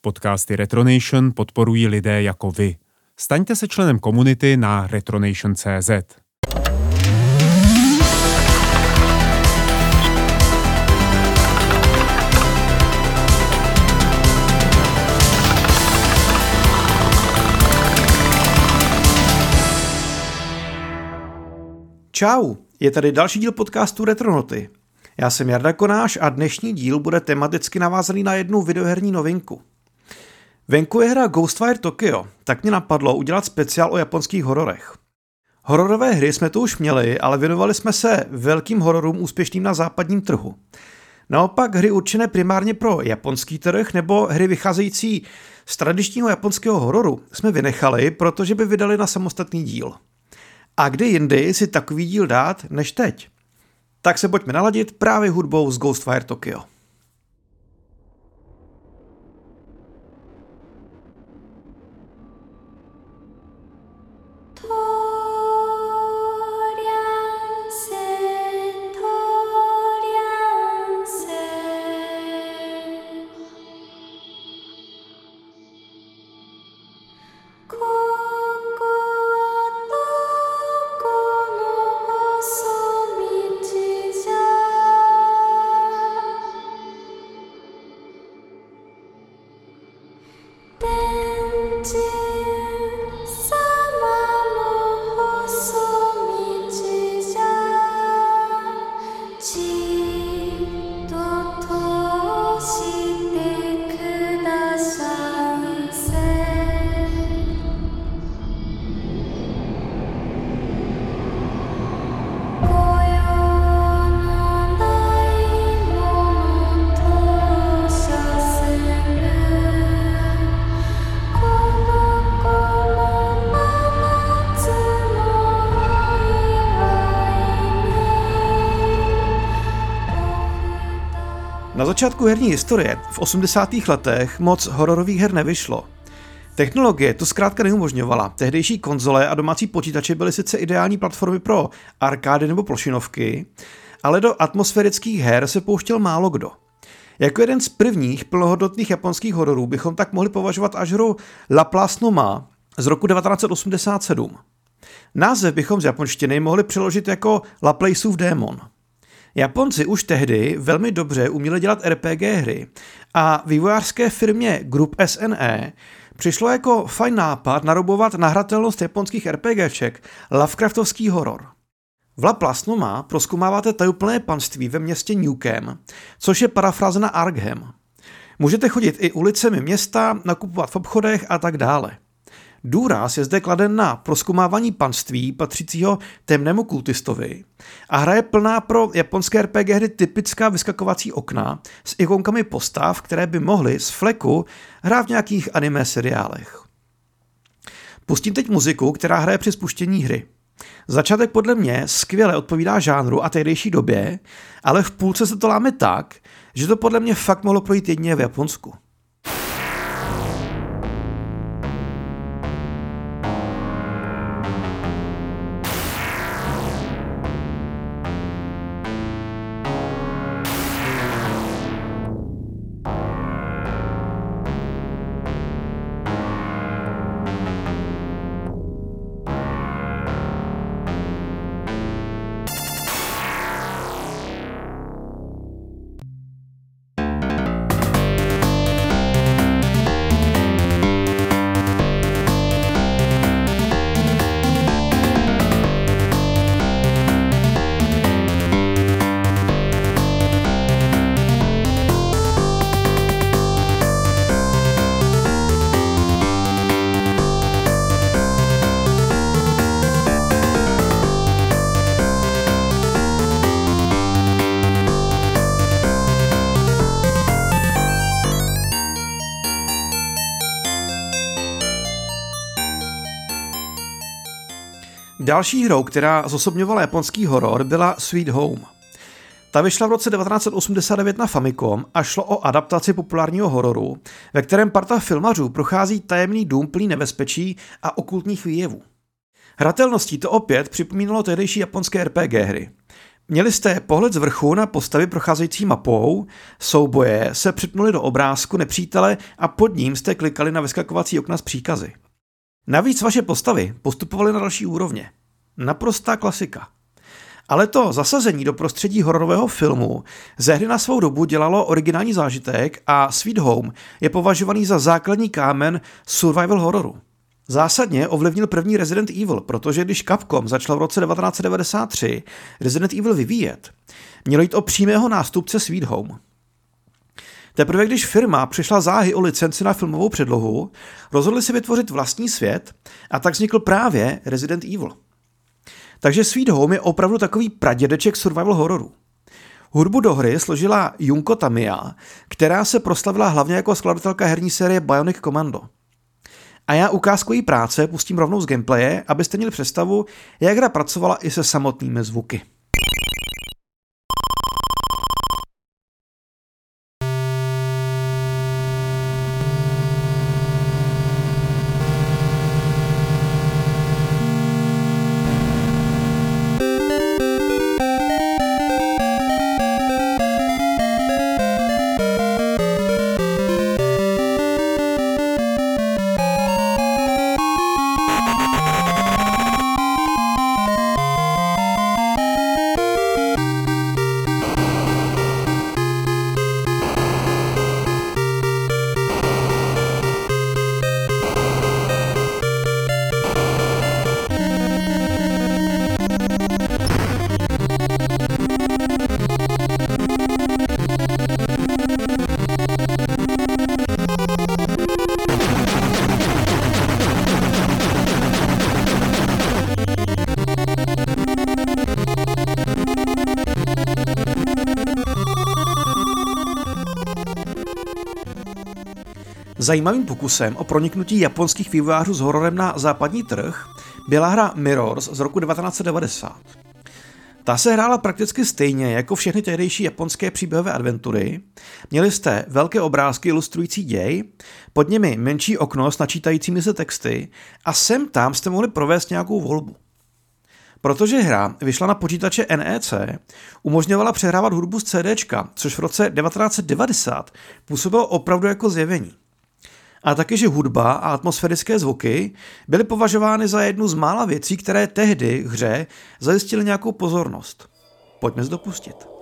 Podcasty Retronation podporují lidé jako vy. Staňte se členem komunity na retronation.cz. Čau, je tady další díl podcastu Retronoty. Já jsem Jarda Konáš a dnešní díl bude tematicky navázaný na jednu videoherní novinku. Venku je hra Ghostwire Tokyo, tak mě napadlo udělat speciál o japonských hororech. Hororové hry jsme tu už měli, ale věnovali jsme se velkým hororům úspěšným na západním trhu. Naopak hry určené primárně pro japonský trh nebo hry vycházející z tradičního japonského hororu jsme vynechali, protože by vydali na samostatný díl. A kdy jindy si takový díl dát než teď? Tak se pojďme naladit právě hudbou z Ghostwire Tokyo. Na začátku herní historie v 80. letech moc hororových her nevyšlo. Technologie to zkrátka neumožňovala. Tehdejší konzole a domácí počítače byly sice ideální platformy pro arkády nebo plošinovky, ale do atmosférických her se pouštěl málo kdo. Jako jeden z prvních plnohodnotných japonských hororů bychom tak mohli považovat až hru La Place Noire z roku 1987. Název bychom z japonštiny mohli přeložit jako La Placeův démon. Japonci už tehdy velmi dobře uměli dělat RPG hry a vývojářské firmě Group SNE přišlo jako fajn nápad naroubovat nahratelnost japonských RPGček Lovecraftovský horor. V La Place Noire prozkoumáváte tajuplné panství ve městě Newcam, což je parafráze na Arkham. Můžete chodit i ulicemi města, nakupovat v obchodech a tak dále. Důraz je zde kladen na prozkoumávání panství patřícího temnému kultistovi a hra je plná pro japonské RPG hry typická vyskakovací okna s ikonkami postav, které by mohly z fleku hrát v nějakých anime seriálech. Pustím teď muziku, která hraje při spuštění hry. Začátek podle mě skvěle odpovídá žánru a tehdejší době, ale v půlce se to láme tak, že to podle mě fakt mohlo projít jedině v Japonsku. Další hrou, která zosobňovala japonský horor, byla Sweet Home. Ta vyšla v roce 1989 na Famicom a šlo o adaptaci populárního hororu, ve kterém parta filmařů prochází tajemný dům plný nebezpečí a okultních výjevů. Hratelností to opět připomínalo tehdejší japonské RPG hry. Měli jste pohled z vrchu na postavy procházející mapou, souboje se připnuli do obrázku nepřítele a pod ním jste klikali na vyskakovací okna s příkazy. Navíc vaše postavy postupovaly na další úrovně. Naprostá klasika. Ale to zasazení do prostředí hororového filmu ze hry na svou dobu dělalo originální zážitek a Sweet Home je považovaný za základní kámen survival hororu. Zásadně ovlivnil první Resident Evil, protože když Capcom začal v roce 1993 Resident Evil vyvíjet, mělo jít o přímého nástupce Sweet Home. Teprve když firma přišla záhy o licenci na filmovou předlohu, rozhodli si vytvořit vlastní svět a tak vznikl právě Resident Evil. Takže Sweet Home je opravdu takový pradědeček survival hororu. Hudbu do hry složila Junko Tamiya, která se proslavila hlavně jako skladatelka herní série Bionic Commando. A já ukázku její práce pustím rovnou z gameplaye, abyste měli představu, jak hra pracovala i se samotnými zvuky. Zajímavým pokusem o proniknutí japonských vývojářů s hororem na západní trh byla hra Mirrors z roku 1990. Ta se hrála prakticky stejně jako všechny tehdejší japonské příběhové adventury. Měli jste velké obrázky ilustrující děj, pod nimi menší okno s načítajícími se texty a sem tam jste mohli provést nějakou volbu. Protože hra vyšla na počítače NEC, umožňovala přehrávat hudbu z CDčka, což v roce 1990 působilo opravdu jako zjevení. A taky, že hudba a atmosférické zvuky byly považovány za jednu z mála věcí, které tehdy hře zajistily nějakou pozornost. Pojďme se dopustit.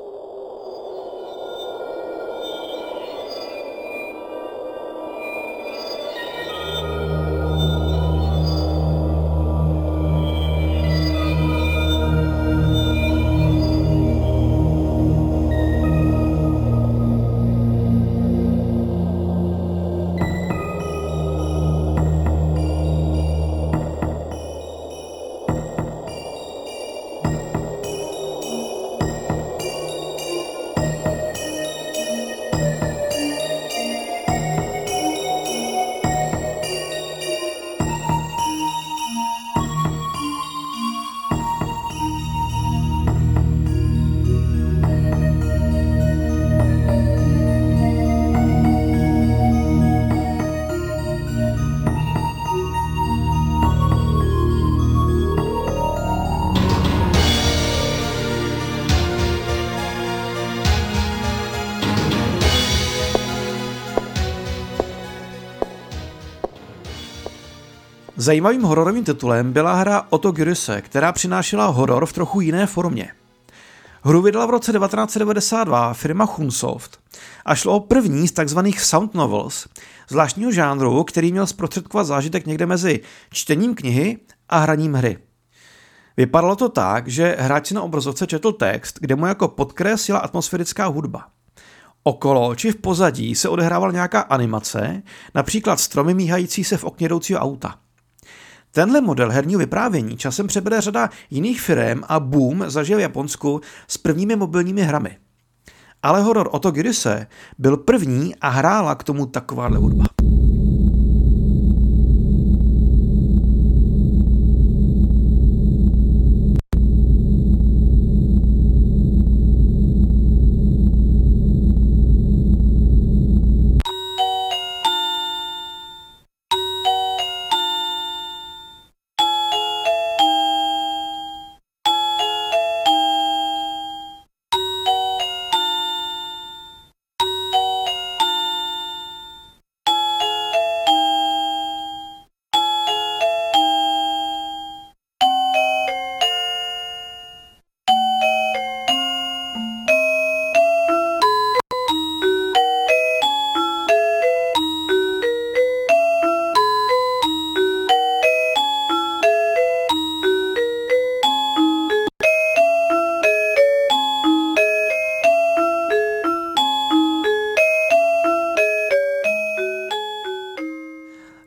Zajímavým hororovým titulem byla hra Otogirise, která přinášela horor v trochu jiné formě. Hru vydala v roce 1992 firma Chunsoft a šlo o první z takzvaných sound novels, zvláštního žánru, který měl zprostředkovat zážitek někde mezi čtením knihy a hraním hry. Vypadalo to tak, že hráč si na obrazovce četl text, kde mu jako podkres jela atmosférická hudba. Okolo či v pozadí se odehrávala nějaká animace, například stromy míhající se v okně jdoucího auta. Tenhle model herního vyprávění časem přebere řada jiných firem a boom zažil v Japonsku s prvními mobilními hrami. Ale horor Otogirise byl první a hrála k tomu takováhle hudba.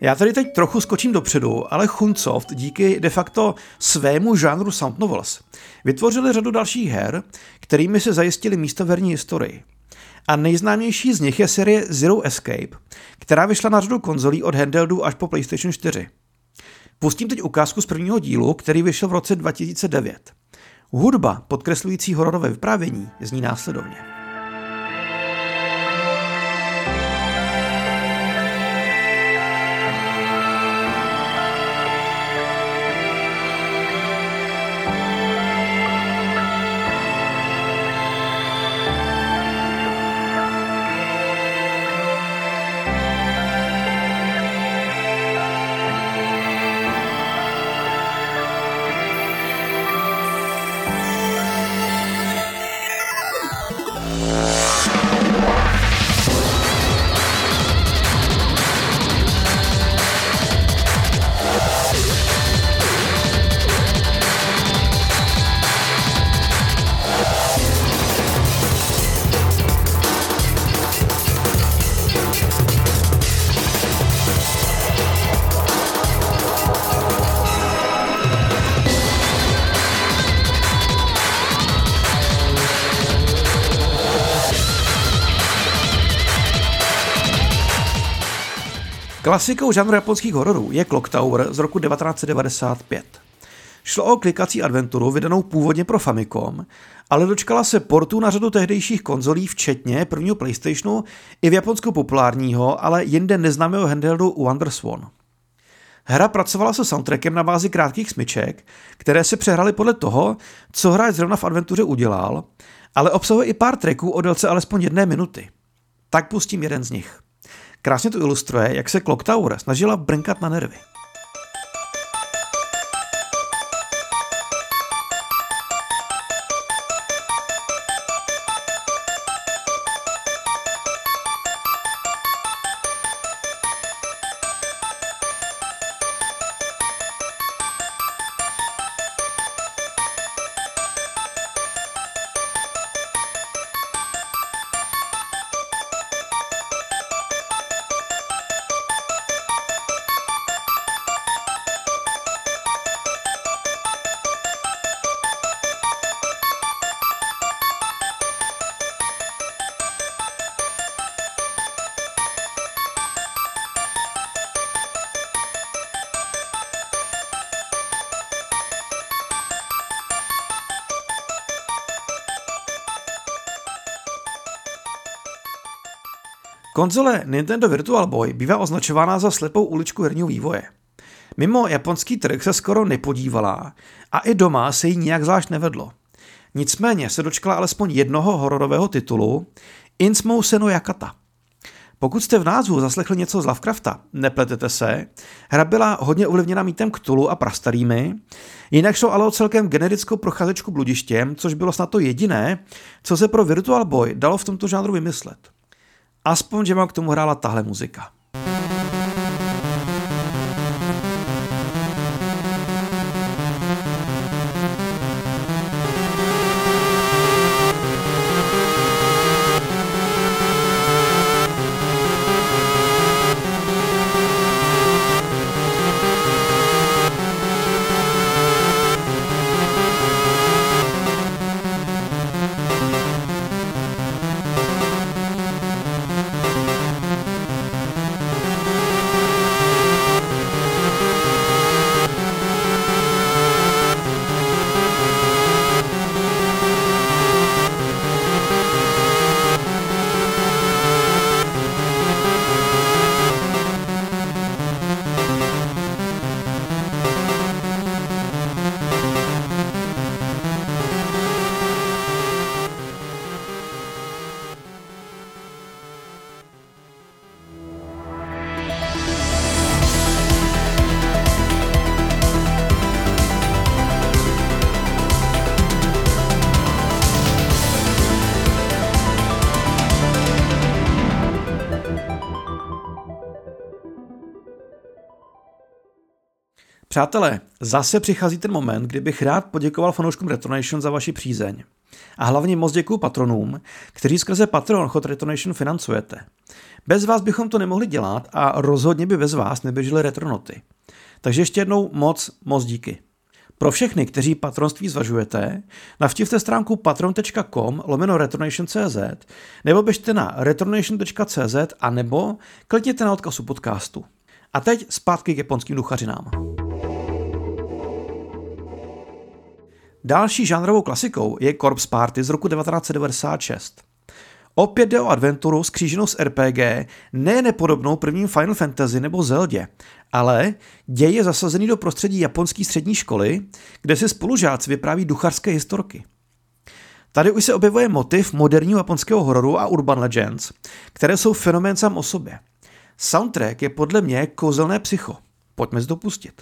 Já tady teď trochu skočím dopředu, ale Chunsoft díky de facto svému žánru sound novels vytvořili řadu dalších her, kterými se zajistili místo v herní historii. A nejznámější z nich je série Zero Escape, která vyšla na řadu konzolí od handheldů až po PlayStation 4. Pustím teď ukázku z prvního dílu, který vyšel v roce 2009. Hudba podkreslující hororové vyprávění zní následovně. Klasikou žánru japonských hororů je Clock Tower z roku 1995. Šlo o klikací adventuru vydanou původně pro Famicom, ale dočkala se portů na řadu tehdejších konzolí, včetně prvního PlayStationu i v Japonsku populárního, ale jinde neznámého handheldu WonderSwan. Hra pracovala se soundtrackem na bázi krátkých smyček, které se přehrály podle toho, co hráč zrovna v adventuře udělal, ale obsahuje i pár tracků o délce alespoň 1 minuty. Tak pustím jeden z nich. Krásně to ilustruje, jak se Clock Tower snažila brnkat na nervy. Konzole Nintendo Virtual Boy bývá označována za slepou uličku herního vývoje. Mimo japonský trh se skoro nepodívala a i doma se jí nijak zvlášť nevedlo. Nicméně se dočkala alespoň jednoho hororového titulu, Innsmouth no Yakata. Pokud jste v názvu zaslechli něco z Lovecrafta, nepletete se, hra byla hodně ovlivněna mýtem Cthulhu a prastarými, jinak šlo ale o celkem generickou procházečku bludištěm, což bylo snad to jediné, co se pro Virtual Boy dalo v tomto žánru vymyslet. Aspoň, že mám k tomu hrála tahle muzika. Přátelé, zase přichází ten moment, kdy bych rád poděkoval fanouškům Retro Nation za vaši přízeň. A hlavně moc děkuju patronům, kteří skrze Patreon chod Retronation financujete. Bez vás bychom to nemohli dělat a rozhodně by bez vás neběžely Retronoty. Takže ještě jednou moc díky. Pro všechny, kteří patronství zvažujete, navštivte stránku patreon.com/retronation.cz nebo běžte na retronation.cz a nebo klikněte na odkaz u podcastu. A teď zpátky k japonským duchařinám. Další žánrovou klasikou je Corpse Party z roku 1996. Opět jde o adventuru skříženou s RPG, ne nepodobnou prvním Final Fantasy nebo Zeldě, ale děj je zasazený do prostředí japonské střední školy, kde si spolužáci vypráví duchařské historky. Tady už se objevuje motiv moderního japonského hororu a urban legends, které jsou fenomén sám o sobě. Soundtrack je podle mě kouzelné psycho. Pojďme si to pustit.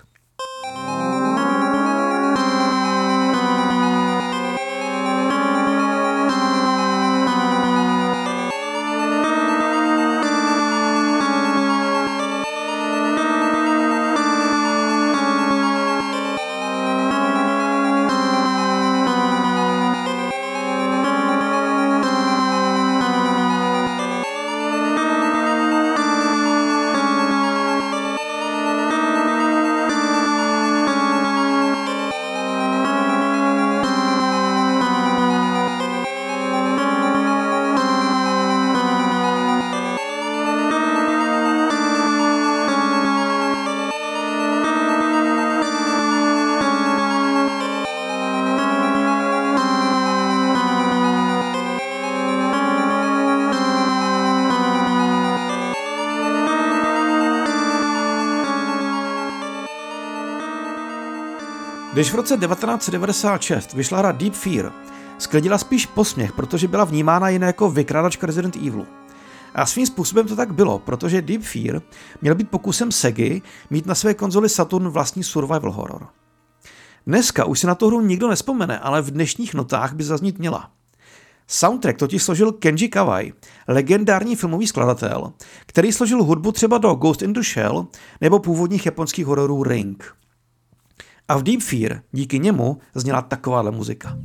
Když v roce 1996 vyšla hra Deep Fear, sklidila spíš posměch, protože byla vnímána jen jako vykradačka Resident Evilu. A svým způsobem to tak bylo, protože Deep Fear měl být pokusem Segy mít na své konzoli Saturn vlastní survival horror. Dneska už si na tu hru nikdo nespomene, ale v dnešních notách by zaznít měla. Soundtrack totiž složil Kenji Kawai, legendární filmový skladatel, který složil hudbu třeba do Ghost in the Shell nebo původních japonských hororů Ring. A v Deep Fear díky němu zněla takováhle muzika.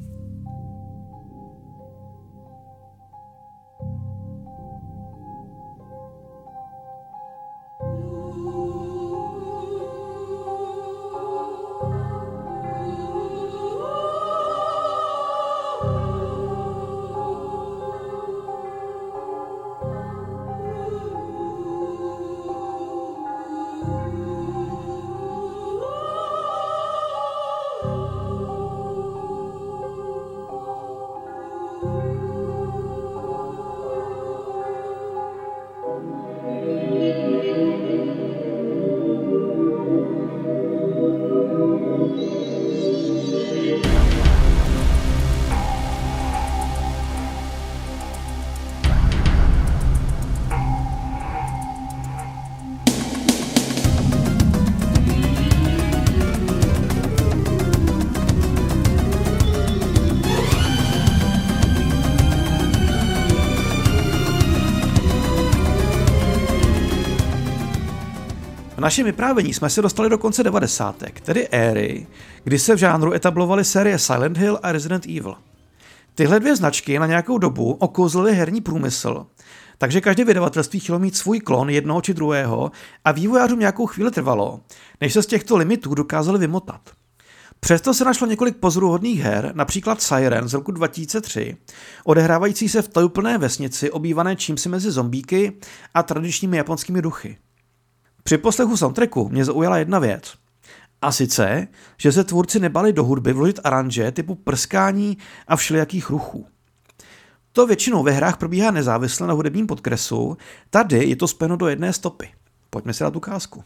V našem vyprávění jsme se dostali do konce 90. tedy éry, kdy se v žánru etablovaly série Silent Hill a Resident Evil. Tyhle dvě značky na nějakou dobu okouzlily herní průmysl, takže každé vydavatelství chtělo mít svůj klon jednoho či druhého a vývojářům nějakou chvíli trvalo, než se z těchto limitů dokázali vymotat. Přesto se našlo několik pozoruhodných her, například Siren z roku 2003, odehrávající se v tajuplné vesnici obývané čímsi mezi zombíky a tradičními japonskými duchy. Při poslechu soundtracku mě zaujala jedna věc. A sice, že se tvůrci nebali do hudby vložit aranže typu prskání a všelijakých ruchů. To většinou ve hrách probíhá nezávisle na hudebním podkresu, tady je to spojeno do jedné stopy. Pojďme si dát ukázku.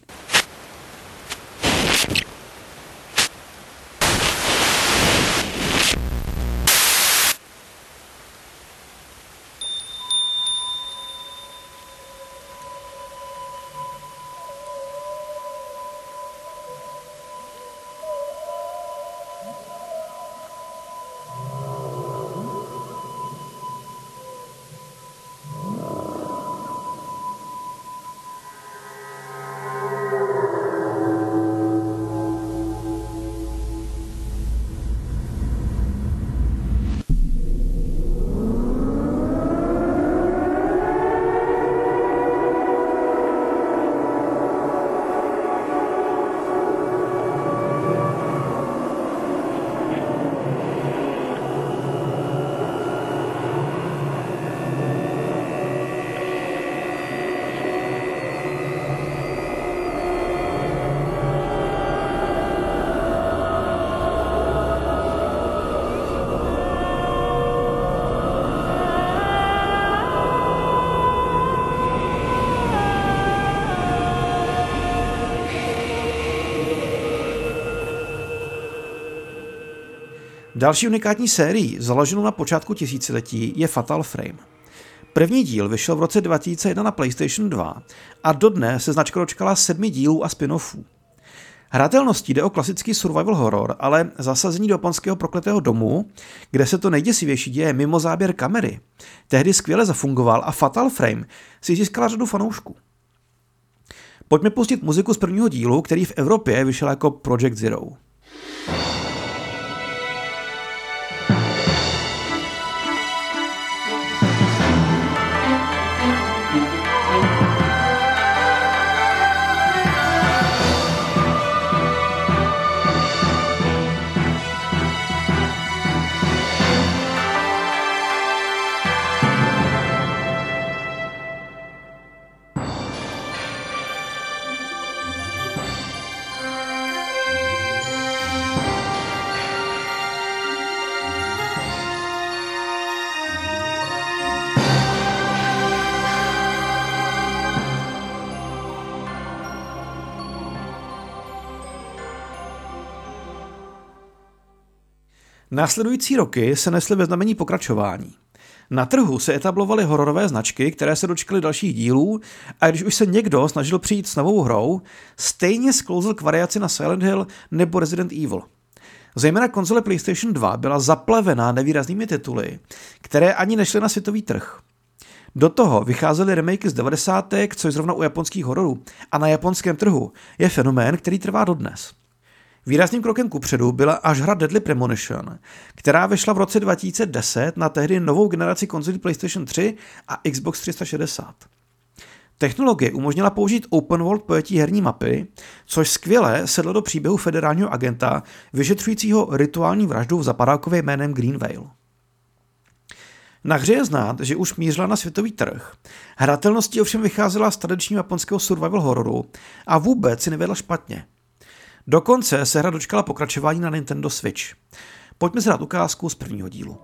Další unikátní sérií, založenou na počátku tisíciletí, je Fatal Frame. První díl vyšel v roce 2001 na PlayStation 2 a dodnes se značka dočkala 7 dílů a spin-offů. Hratelností jde o klasický survival horror, ale zasazení do japonského prokletého domu, kde se to nejděsivější děje mimo záběr kamery, tehdy skvěle zafungoval a Fatal Frame si získala řadu fanoušků. Pojďme pustit muziku z prvního dílu, který v Evropě vyšel jako Project Zero. Následující roky se nesly ve znamení pokračování. Na trhu se etablovaly hororové značky, které se dočkaly dalších dílů a když už se někdo snažil přijít s novou hrou, stejně sklouzl k variaci na Silent Hill nebo Resident Evil. Zejména konzole PlayStation 2 byla zaplevená nevýraznými tituly, které ani nešly na světový trh. Do toho vycházely remakey z 90. což zrovna u japonských hororů a na japonském trhu je fenomén, který trvá dodnes. Výrazným krokem kupředu byla až hra Deadly Premonition, která vyšla v roce 2010 na tehdy novou generaci konzolí PlayStation 3 a Xbox 360. Technologie umožnila použít open world pojetí herní mapy, což skvěle sedlo do příběhu federálního agenta vyšetřujícího rituální vraždu v zapadákově jménem Greenvale. Na hře je znát, že už mířila na světový trh. Hratelností ovšem vycházela z tradičního japonského survival hororu a vůbec si nevedla špatně. Dokonce se hra dočkala pokračování na Nintendo Switch. Pojďme si dát ukázku z prvního dílu.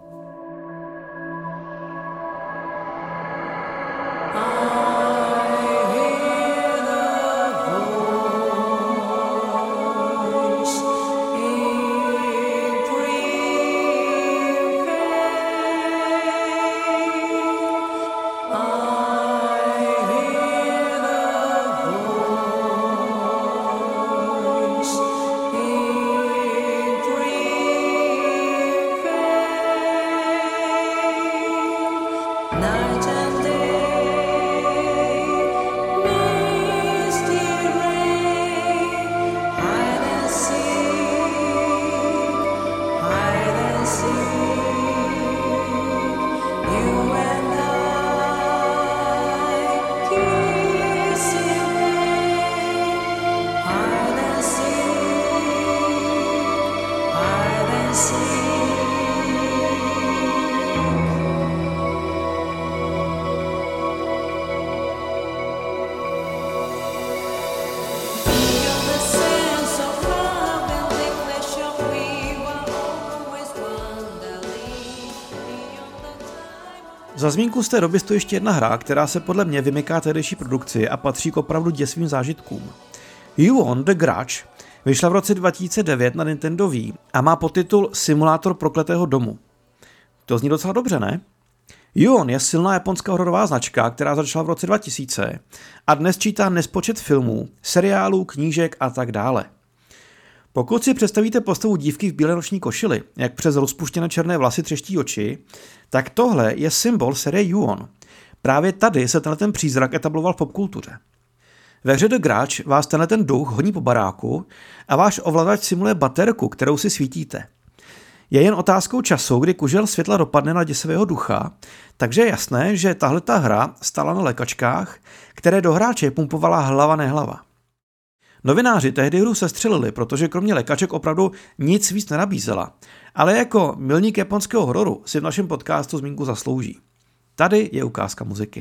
Za zmínku z té doby stojí ještě jedna hra, která se podle mě vymyká tehdejší produkci a patří k opravdu děsivým zážitkům. You Won the Grudge vyšla v roce 2009 na Nintendo Wii a má podtitul Simulátor prokletého domu. To zní docela dobře, ne? You-On je silná japonská hororová značka, která začala v roce 2000 a dnes čítá nespočet filmů, seriálů, knížek a tak dále. Pokud si představíte postavu dívky v bílé noční košili, jak přes rozpuštěné černé vlasy třeští oči, tak tohle je symbol série You-On. Právě tady se tenhle přízrak etabloval v popkultuře. Ve hře The Grudge vás tenhle duch honí po baráku a váš ovladač simuluje baterku, kterou si svítíte. Je jen otázkou času, kdy kužel světla dopadne na děsivého ducha, takže je jasné, že tahleta hra stála na lékačkách, které do hráče pumpovala hlava nehlava. Novináři tehdy hru sestřelili, protože kromě lékaček opravdu nic víc nenabízela, ale jako milník japonského hororu si v našem podcastu zmínku zaslouží. Tady je ukázka muziky.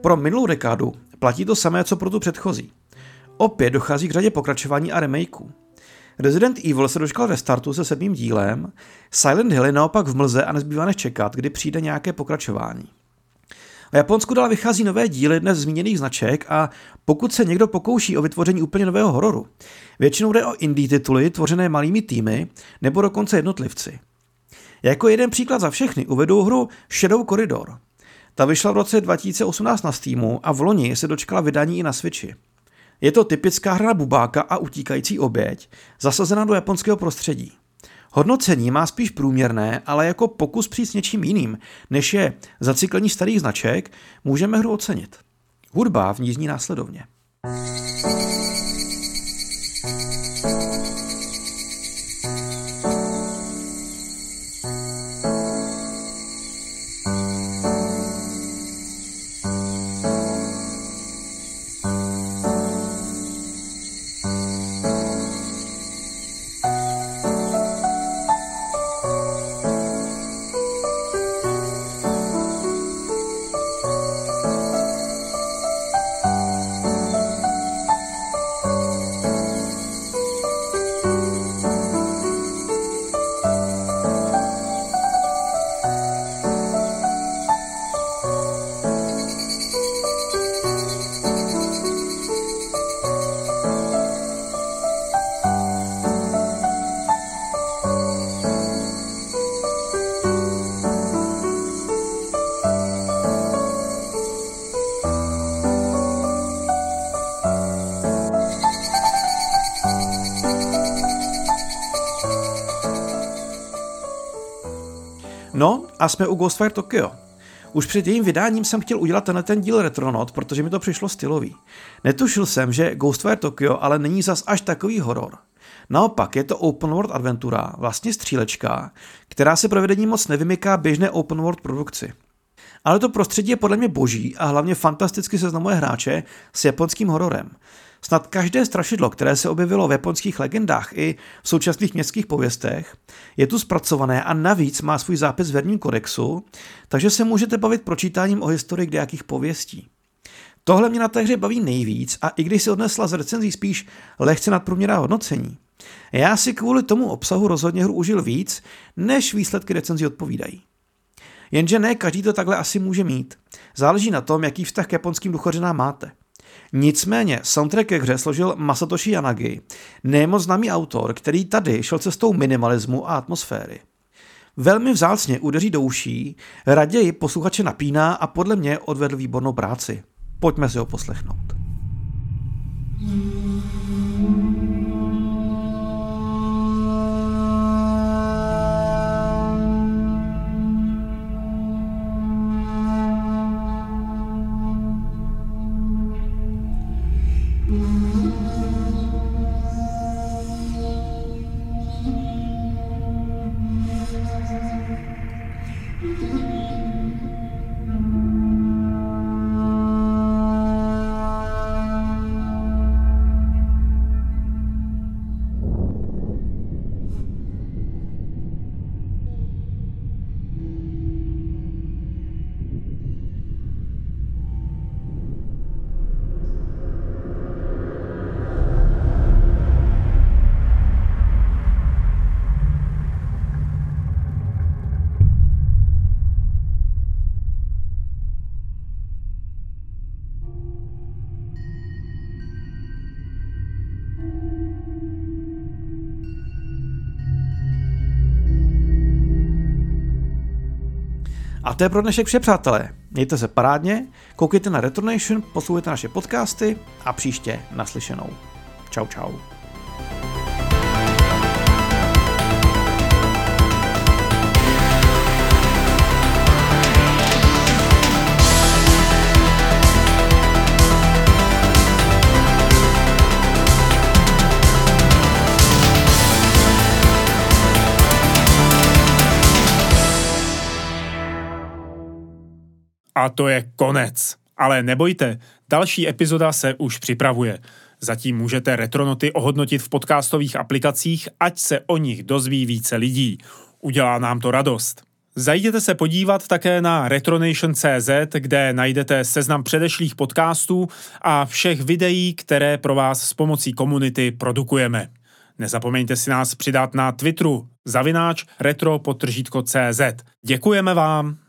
Pro minulou dekádu platí to samé, co pro tu předchozí. Opět dochází k řadě pokračování a remakeů. Resident Evil se dočkal restartu se 7. dílem, Silent Hill je naopak v mlze a nezbývá než čekat, kdy přijde nějaké pokračování. V Japonsku dál vychází nové díly dnes zmíněných značek a pokud se někdo pokouší o vytvoření úplně nového hororu, většinou jde o indie tituly tvořené malými týmy nebo dokonce jednotlivci. Jako jeden příklad za všechny uvedu hru Shadow Corridor. Ta vyšla v roce 2018 na Steamu a v loni se dočkala vydání i na Switchi. Je to typická hra na bubáka a utíkající oběť, zasazená do japonského prostředí. Hodnocení má spíš průměrné, ale jako pokus přijít s něčím jiným, než je zacyklení starých značek, můžeme hru ocenit. Hudba v ní zní následovně. No a jsme u Ghostwire Tokyo. Už před jejím vydáním jsem chtěl udělat ten díl Retronot, protože mi to přišlo stylový. Netušil jsem, že Ghostwire Tokyo ale není zas až takový horor. Naopak je to open world adventura, vlastně střílečka, která se provedením moc nevymyká běžné open world produkci. Ale to prostředí je podle mě boží a hlavně fantasticky seznamuje hráče s japonským hororem. Snad každé strašidlo, které se objevilo v japonských legendách i v současných městských pověstech, je tu zpracované a navíc má svůj zápis v herním kodexu, takže se můžete bavit pročítáním o historii kdejakých pověstí. Tohle mě na té hře baví nejvíc a i když si odnesla z recenzí spíš lehce nadprůměrná hodnocení, já si kvůli tomu obsahu rozhodně hru užil víc, než výsledky recenzí odpovídají. Jenže ne každý to takhle asi může mít. Záleží na tom, jaký vztah k japonským duchořinám máte. Nicméně soundtrack ke hře složil Masatoshi Yanagi, nemoc známý autor, který tady šel cestou minimalismu a atmosféry. Velmi vzácně udeří do uší, raději posluchače napíná a podle mě odvedl výbornou práci. Pojďme si ho poslechnout. A to je pro dnešek vše, přátelé. Mějte se parádně, koukejte na Retronation, poslouchejte naše podcasty a příště naslyšenou. Čau, čau. A to je konec. Ale nebojte, další epizoda se už připravuje. Zatím můžete Retronoty ohodnotit v podcastových aplikacích, ať se o nich dozví více lidí. Udělá nám to radost. Zajděte se podívat také na retronation.cz, kde najdete seznam předešlých podcastů a všech videí, které pro vás s pomocí komunity produkujeme. Nezapomeňte si nás přidat na Twitteru /retro_cz. Děkujeme vám!